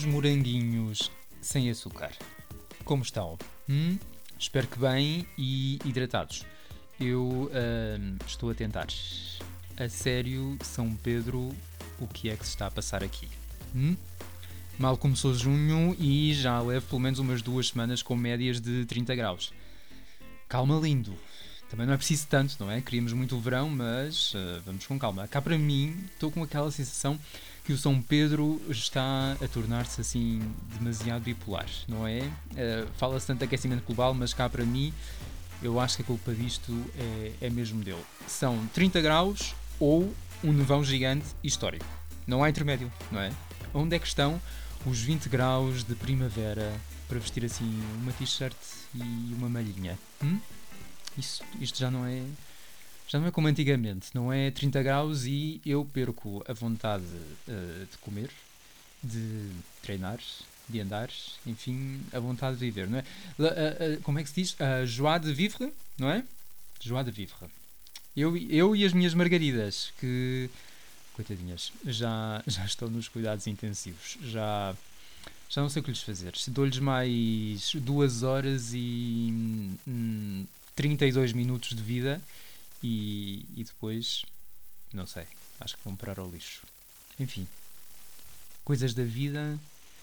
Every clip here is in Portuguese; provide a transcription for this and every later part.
moranguinhos sem açúcar. Como estão? Espero que bem e hidratados. Eu estou a tentar. A sério, São Pedro, o que é que se está a passar aqui? Mal começou junho e já levo pelo menos umas 2 semanas com médias de 30 graus. Calma, lindo. Também não é preciso tanto, não é? Queríamos muito o verão, mas vamos com calma. Cá para mim, estou com aquela sensação que o São Pedro está a tornar-se assim demasiado bipolar, não é? Fala-se tanto de aquecimento global, mas cá para mim, eu acho que a culpa disto é mesmo dele. São 30 graus ou um nevão gigante histórico. Não há intermédio, não é? Onde é que estão os 20 graus de primavera para vestir assim uma t-shirt e uma malhinha? Isto já não é como antigamente, não é 30 graus e eu perco a vontade de comer, de treinar, de andar, enfim, a vontade de viver, não é? Como é que se diz? Joie de vivre, não é? Joie de vivre. Eu e as minhas margaridas, que, coitadinhas, já estão nos cuidados intensivos, já não sei o que lhes fazer. Dou-lhes mais 2 horas e 32 minutos de vida e depois, não sei, acho que vão parar ao lixo. Enfim, coisas da vida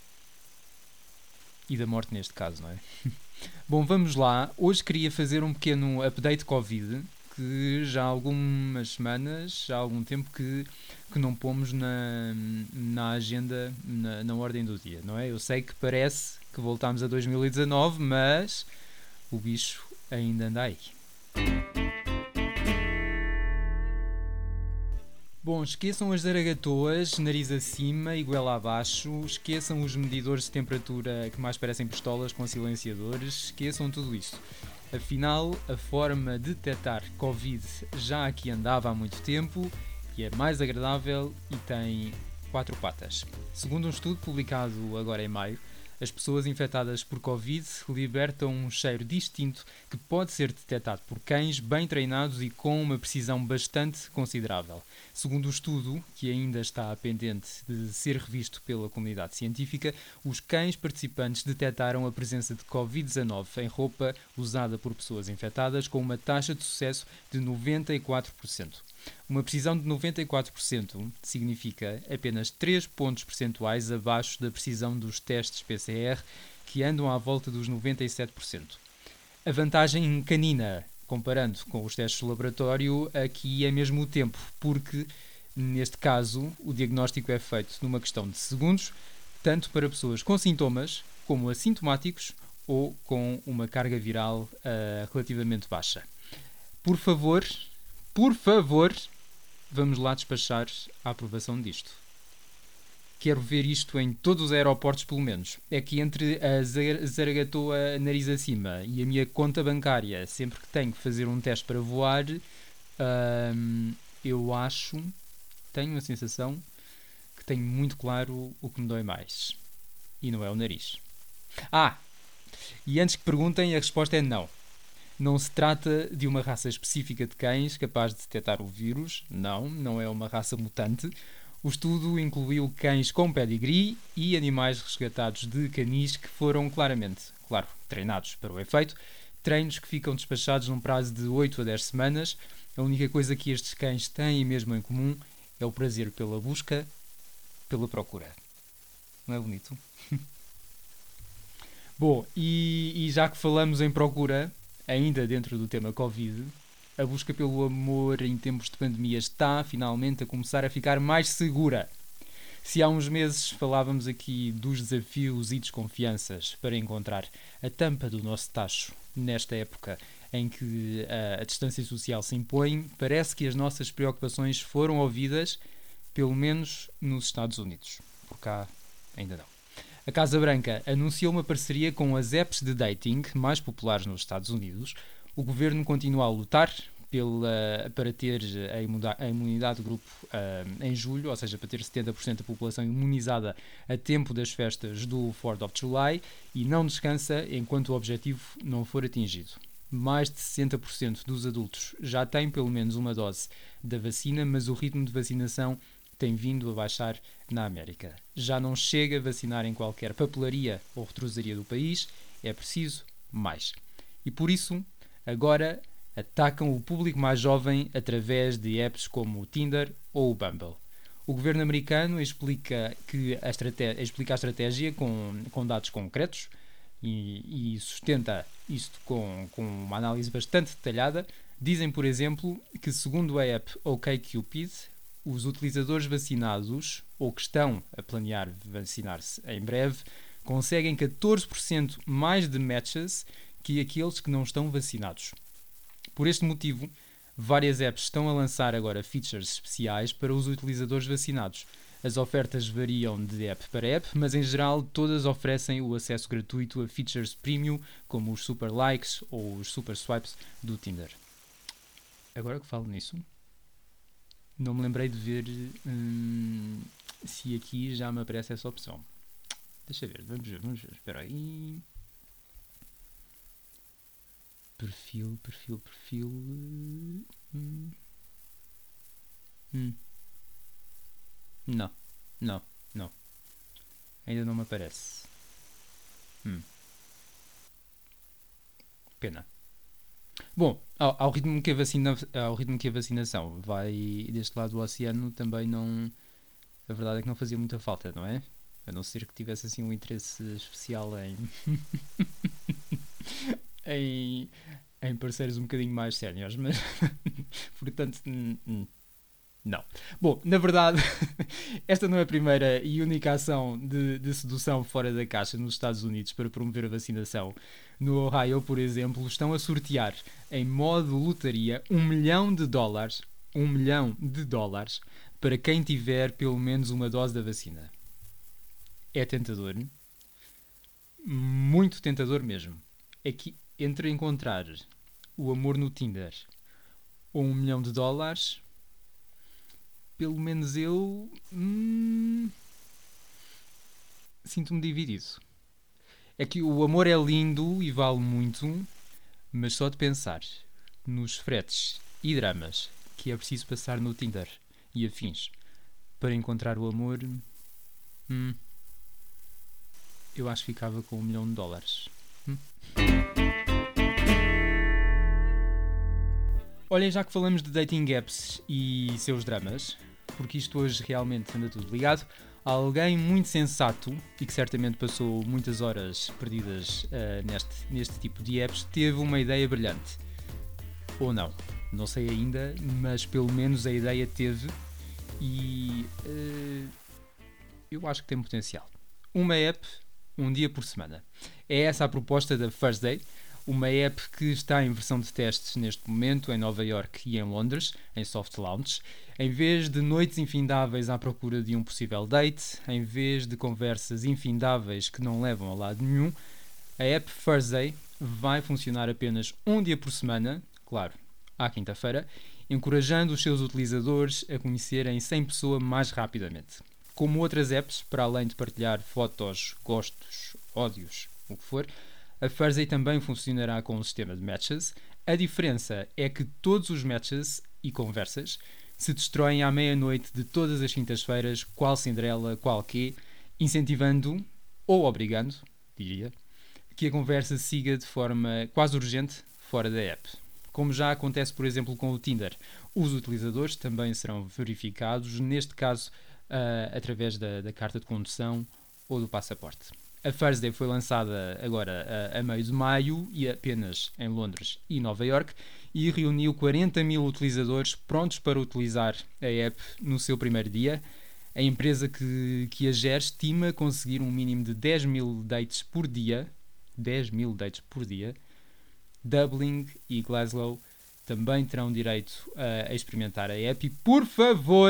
e da morte neste caso, não é? Bom, vamos lá. Hoje queria fazer um pequeno update Covid, que já há algumas semanas, já há algum tempo que não pomos na agenda, na ordem do dia, não é? Eu sei que parece que voltámos a 2019, mas o bicho ainda anda aí. Bom, esqueçam as zaragatoas, nariz acima e goela abaixo, esqueçam os medidores de temperatura que mais parecem pistolas com silenciadores, esqueçam tudo isso. Afinal, a forma de detectar Covid já aqui andava há muito tempo e é mais agradável e tem 4 patas. Segundo um estudo publicado agora em maio, as pessoas infectadas por Covid libertam um cheiro distinto que pode ser detectado por cães bem treinados e com uma precisão bastante considerável. Segundo o estudo, que ainda está pendente de ser revisto pela comunidade científica, os cães participantes detectaram a presença de Covid-19 em roupa usada por pessoas infectadas com uma taxa de sucesso de 94%. Uma precisão de 94% significa apenas 3 pontos percentuais abaixo da precisão dos testes PCR, que andam à volta dos 97%. A vantagem canina, comparando com os testes de laboratório, aqui é mesmo o tempo, porque neste caso o diagnóstico é feito numa questão de segundos, tanto para pessoas com sintomas como assintomáticos ou com uma carga viral relativamente baixa. Por favor, vamos lá despachar a aprovação disto. Quero ver isto em todos os aeroportos, pelo menos. É que entre a zaragatoa nariz acima e a minha conta bancária, sempre que tenho que fazer um teste para voar, eu tenho a sensação que tenho muito claro o que me dói mais. E não é o nariz. E antes que perguntem, a resposta é não. Não se trata de uma raça específica de cães capaz de detectar o vírus. Não é uma raça mutante. O estudo incluiu cães com pedigree e animais resgatados de canis que foram claramente, treinados para o efeito. Treinos que ficam despachados num prazo de 8 a 10 semanas. A única coisa que estes cães têm mesmo em comum é o prazer pela busca, pela procura. Não é bonito? Bom, e já que falamos em procura, ainda dentro do tema Covid, a busca pelo amor em tempos de pandemia está finalmente a começar a ficar mais segura. Se há uns meses falávamos aqui dos desafios e desconfianças para encontrar a tampa do nosso tacho nesta época em que a distância social se impõe, parece que as nossas preocupações foram ouvidas, pelo menos nos Estados Unidos. Por cá, ainda não. A Casa Branca anunciou uma parceria com as apps de dating mais populares nos Estados Unidos. O governo continua a lutar para ter a imunidade de grupo em julho, ou seja, para ter 70% da população imunizada a tempo das festas do 4th of July, e não descansa enquanto o objetivo não for atingido. Mais de 60% dos adultos já têm pelo menos uma dose da vacina, mas o ritmo de vacinação tem vindo a baixar na América. Já não chega a vacinar em qualquer papelaria ou retrosaria do país, é preciso mais. E por isso, agora atacam o público mais jovem através de apps como o Tinder ou o Bumble. O governo americano explica a estratégia com dados concretos e sustenta isto com uma análise bastante detalhada. Dizem, por exemplo, que segundo a app OkCupid, os utilizadores vacinados ou que estão a planear vacinar-se em breve conseguem 14% mais de matches que aqueles que não estão vacinados. Por este motivo, várias apps estão a lançar agora features especiais para os utilizadores vacinados. As ofertas variam de app para app, mas em geral todas oferecem o acesso gratuito a features premium, como os super likes ou os super swipes do Tinder. Agora que falo nisso, não me lembrei de ver se aqui já me aparece essa opção. Deixa ver, vamos ver. Espera aí. Perfil. Não. Ainda não me aparece. Pena. Bom, ao ritmo que a vacinação vai deste lado do oceano, também não. A verdade é que não fazia muita falta, não é? A não ser que tivesse assim um interesse especial em parceiros um bocadinho mais séniores, mas portanto, não. Bom, na verdade, esta não é a primeira e única ação de sedução fora da caixa nos Estados Unidos para promover a vacinação. No Ohio, por exemplo, estão a sortear em modo lotaria $1 milhão, $1 milhão para quem tiver pelo menos uma dose da vacina. É tentador, muito tentador mesmo. É que entre encontrar o amor no Tinder ou $1 milhão, pelo menos eu sinto-me dividido. É que o amor é lindo e vale muito, mas só de pensar nos fretes e dramas que é preciso passar no Tinder e afins para encontrar o amor, eu acho que ficava com $1 milhão. Olhem, já que falamos de dating apps e seus dramas, porque isto hoje realmente anda tudo ligado, alguém muito sensato e que certamente passou muitas horas perdidas neste tipo de apps teve uma ideia brilhante. Ou não sei ainda, mas pelo menos a ideia teve e eu acho que tem potencial. Uma app, um dia por semana. É essa a proposta da First Day, uma app que está em versão de testes neste momento em Nova York e em Londres, em soft launch. Em vez de noites infindáveis à procura de um possível date, em vez de conversas infindáveis que não levam a lado nenhum, a app First Day vai funcionar apenas um dia por semana, claro, à quinta-feira, encorajando os seus utilizadores a conhecerem-se em pessoa mais rapidamente. Como outras apps, para além de partilhar fotos, gostos, ódios, o que for, a First Day também funcionará com um sistema de matches. A diferença é que todos os matches e conversas se destroem à meia-noite de todas as quintas-feiras, qual Cinderela, qual quê, incentivando, ou obrigando, diria, que a conversa siga de forma quase urgente fora da app. Como já acontece, por exemplo, com o Tinder, os utilizadores também serão verificados, neste caso através da carta de condução ou do passaporte. A First Day foi lançada agora a meio de maio e apenas em Londres e Nova York e reuniu 40 mil utilizadores prontos para utilizar a app no seu primeiro dia. A empresa que a gera estima conseguir um mínimo de 10 mil dates por dia. 10 mil dates por dia. Dublin e Glasgow também terão direito a experimentar a app e por favor,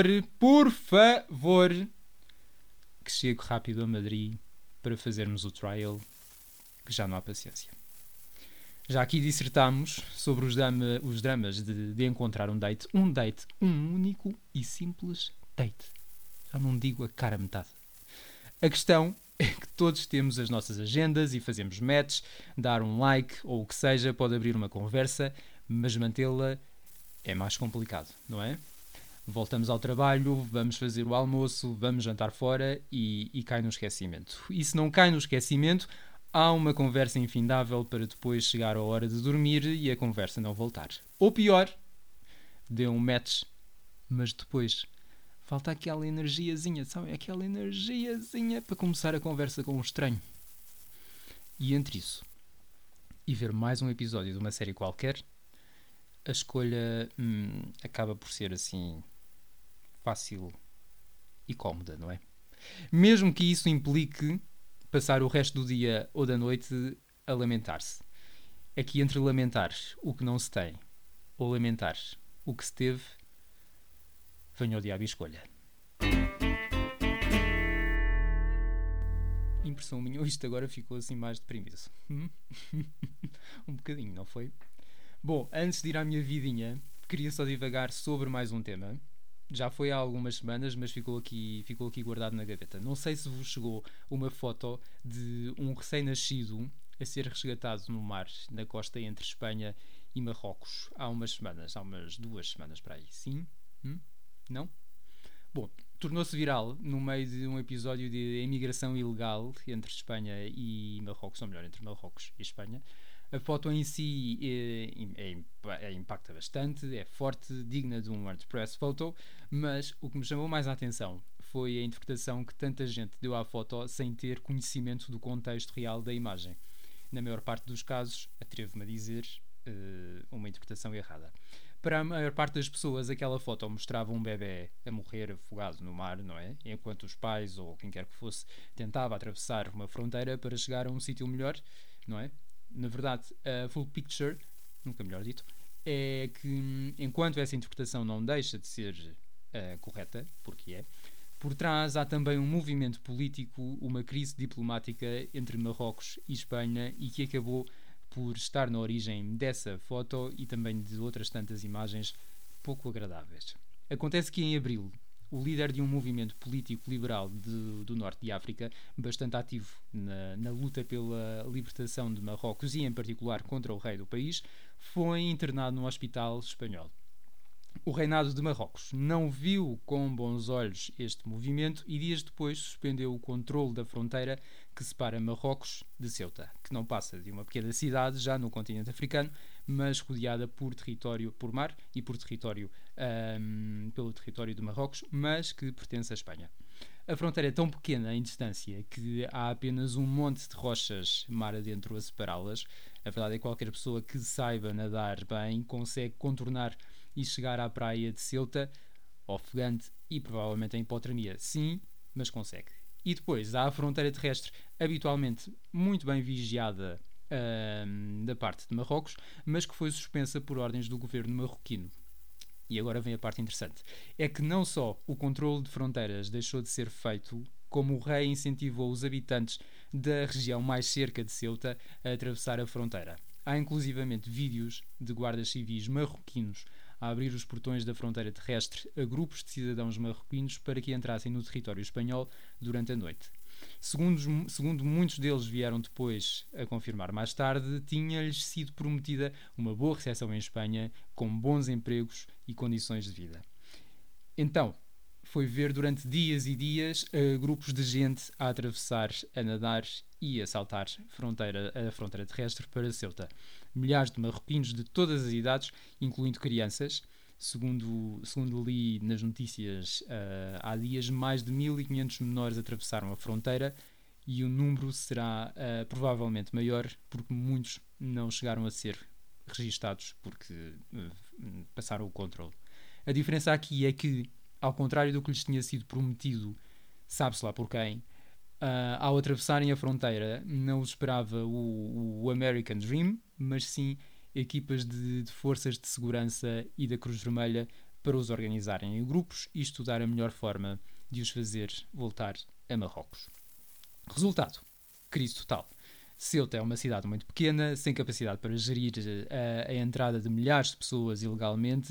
que chegue rápido a Madrid para fazermos o trial, que já não há paciência. Já aqui dissertámos sobre os dramas de encontrar um date, um único e simples date. Já não digo a cara metade. A questão é que todos temos as nossas agendas e fazemos match, dar um like ou o que seja pode abrir uma conversa, mas mantê-la é mais complicado, não é? Voltamos ao trabalho, vamos fazer o almoço, vamos jantar fora e cai no esquecimento. E se não cai no esquecimento, há uma conversa infindável para depois chegar a hora de dormir e a conversa não voltar. Ou pior, dê um match, mas depois falta aquela energiazinha, sabe? Aquela energiazinha para começar a conversa com um estranho. E entre isso e ver mais um episódio de uma série qualquer, a escolha acaba por ser assim fácil e cómoda, não é? Mesmo que isso implique passar o resto do dia ou da noite a lamentar-se. Aqui entre lamentar o que não se tem ou lamentar o que se teve, venha o diabo e escolha. Impressão minha, isto agora ficou assim mais deprimido. Um bocadinho, não foi? Bom, antes de ir à minha vidinha, queria só divagar sobre mais um tema. Já foi há algumas semanas, mas ficou aqui guardado na gaveta. Não sei se vos chegou uma foto de um recém-nascido a ser resgatado no mar, na costa entre Espanha e Marrocos, há umas 2 semanas para aí. Sim? Não? Bom, tornou-se viral no meio de um episódio de imigração ilegal entre Espanha e Marrocos, ou melhor, entre Marrocos e Espanha. A foto em si impacta bastante, é forte, digna de um WordPress photo, mas o que me chamou mais a atenção foi a interpretação que tanta gente deu à foto sem ter conhecimento do contexto real da imagem. Na maior parte dos casos, atrevo-me a dizer, uma interpretação errada. Para a maior parte das pessoas, aquela foto mostrava um bebê a morrer afogado no mar, não é? Enquanto os pais, ou quem quer que fosse, tentava atravessar uma fronteira para chegar a um sítio melhor, não é? Na verdade, a full picture, nunca melhor dito, é que enquanto essa interpretação não deixa de ser correta, porque é, por trás há também um movimento político, uma crise diplomática entre Marrocos e Espanha e que acabou por estar na origem dessa foto e também de outras tantas imagens pouco agradáveis. Acontece que em abril, o líder de um movimento político liberal do norte de África, bastante ativo na luta pela libertação de Marrocos e em particular contra o rei do país, foi internado num hospital espanhol. O reinado de Marrocos não viu com bons olhos este movimento e dias depois suspendeu o controle da fronteira que separa Marrocos de Ceuta, que não passa de uma pequena cidade já no continente africano, mas rodeada por mar e pelo território de Marrocos, mas que pertence à Espanha. A fronteira é tão pequena em distância que há apenas um monte de rochas mar adentro a separá-las. A verdade é que qualquer pessoa que saiba nadar bem consegue contornar e chegar à praia de Ceuta, ofegante e provavelmente em hipotermia. Sim, mas consegue. E depois há a fronteira terrestre, habitualmente muito bem vigiada da parte de Marrocos, mas que foi suspensa por ordens do governo marroquino. E agora vem a parte interessante. É que não só o controle de fronteiras deixou de ser feito, como o rei incentivou os habitantes da região mais cerca de Ceuta a atravessar a fronteira. Há inclusivamente vídeos de guardas civis marroquinos a abrir os portões da fronteira terrestre a grupos de cidadãos marroquinos para que entrassem no território espanhol durante a noite. Segundo muitos deles vieram depois a confirmar mais tarde, tinha-lhes sido prometida uma boa recepção em Espanha, com bons empregos e condições de vida. Então, foi ver durante dias e dias grupos de gente a atravessar, a nadar e a saltar a fronteira terrestre para Ceuta. Milhares de marroquinos de todas as idades, incluindo crianças. Segundo li nas notícias há dias, mais de 1.500 menores atravessaram a fronteira e o número será provavelmente maior porque muitos não chegaram a ser registados porque passaram o controle. A diferença aqui é que, ao contrário do que lhes tinha sido prometido, sabe-se lá por quem, ao atravessarem a fronteira não os esperava o American Dream, mas sim equipas de forças de segurança e da Cruz Vermelha para os organizarem em grupos e estudar a melhor forma de os fazer voltar a Marrocos. Resultado: crise total. Ceuta é uma cidade muito pequena, sem capacidade para gerir a entrada de milhares de pessoas ilegalmente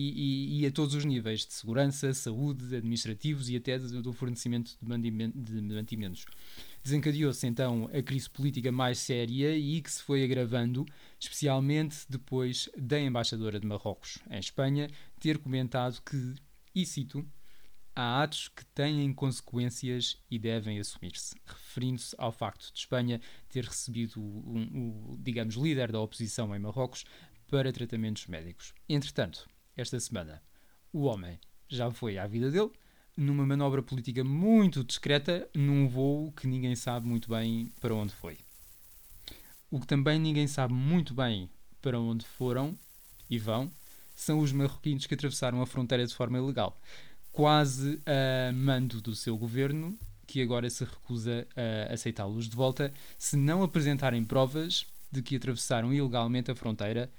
e a todos os níveis de segurança, saúde, administrativos e até do fornecimento de mantimentos. Desencadeou-se então a crise política mais séria e que se foi agravando, especialmente depois da embaixadora de Marrocos em Espanha ter comentado que E cito: há atos que têm consequências e devem assumir-se, referindo-se ao facto de Espanha ter recebido o, digamos, líder da oposição em Marrocos para tratamentos médicos. Entretanto, esta semana, o homem já foi à vida dele, numa manobra política muito discreta, num voo que ninguém sabe muito bem para onde foi. O que também ninguém sabe muito bem para onde foram e vão são os marroquinos que atravessaram a fronteira de forma ilegal, quase a mando do seu governo, que agora se recusa a aceitá-los de volta se não apresentarem provas de que atravessaram ilegalmente a fronteira.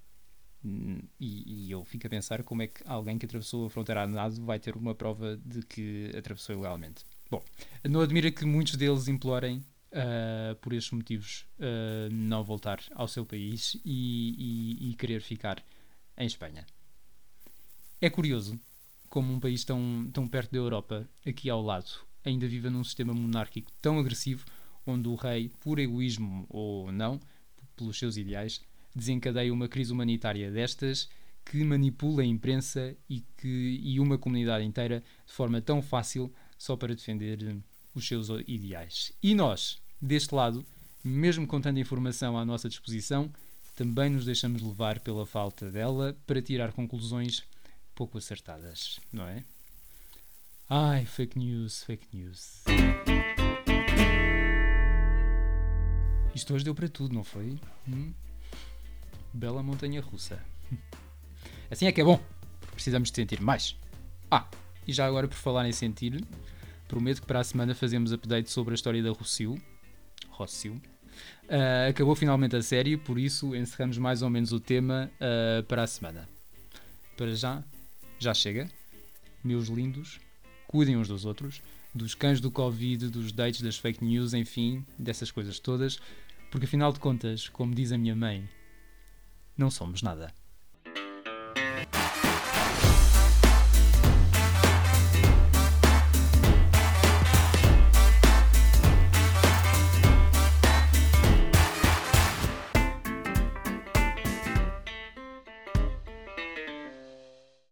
E eu fico a pensar como é que alguém que atravessou a fronteira a nado vai ter uma prova de que atravessou ilegalmente. Bom, não admira que muitos deles implorem, por estes motivos, não voltar ao seu país e querer ficar em Espanha. É curioso como um país tão perto da Europa, aqui ao lado, ainda vive num sistema monárquico tão agressivo, onde o rei, por egoísmo ou não, pelos seus ideais, desencadeia uma crise humanitária destas que manipula a imprensa e uma comunidade inteira de forma tão fácil só para defender os seus ideais. E nós, deste lado, mesmo com tanta informação à nossa disposição, também nos deixamos levar pela falta dela para tirar conclusões pouco acertadas, não é? Ai, fake news, fake news. Isto hoje deu para tudo, não foi? Bela montanha russa. Assim é que é bom. Precisamos de sentir mais. E já agora por falar em sentir, prometo que para a semana fazemos update sobre a história da Rossio. Acabou finalmente a série, por isso encerramos mais ou menos o tema para a semana. Para já chega. Meus lindos, cuidem uns dos outros, dos cães do Covid, dos dates, das fake news, enfim, dessas coisas todas, porque afinal de contas, como diz a minha mãe, não somos nada.